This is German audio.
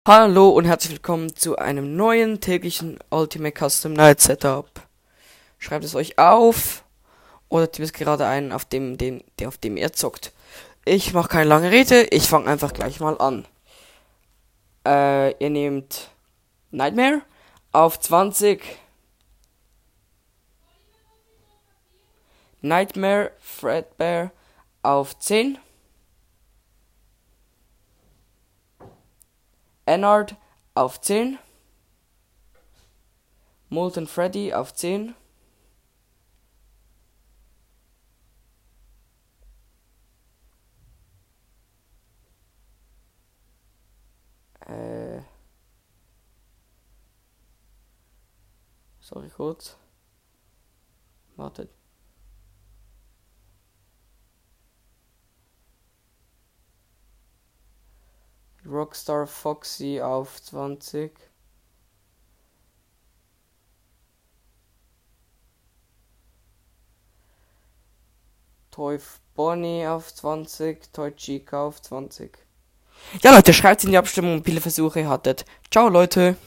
Hallo und herzlich willkommen zu einem neuen täglichen Ultimate Custom Night Setup. Schreibt es euch auf oder tippt es gerade ein, auf dem ihr zockt. Ich mache keine lange Rede, ich fange einfach gleich mal an. Ihr nehmt Nightmare auf 20. Nightmare Fredbear auf 10. Ennard auf 10. Molten Freddy auf 10. Sorry kurz. Wartet. Rockstar Foxy auf 20. Toy Bonnie auf 20. Toy Chica auf 20. Ja Leute, schreibt in die Abstimmung, wie viele Versuche ihr hattet. Ciao Leute.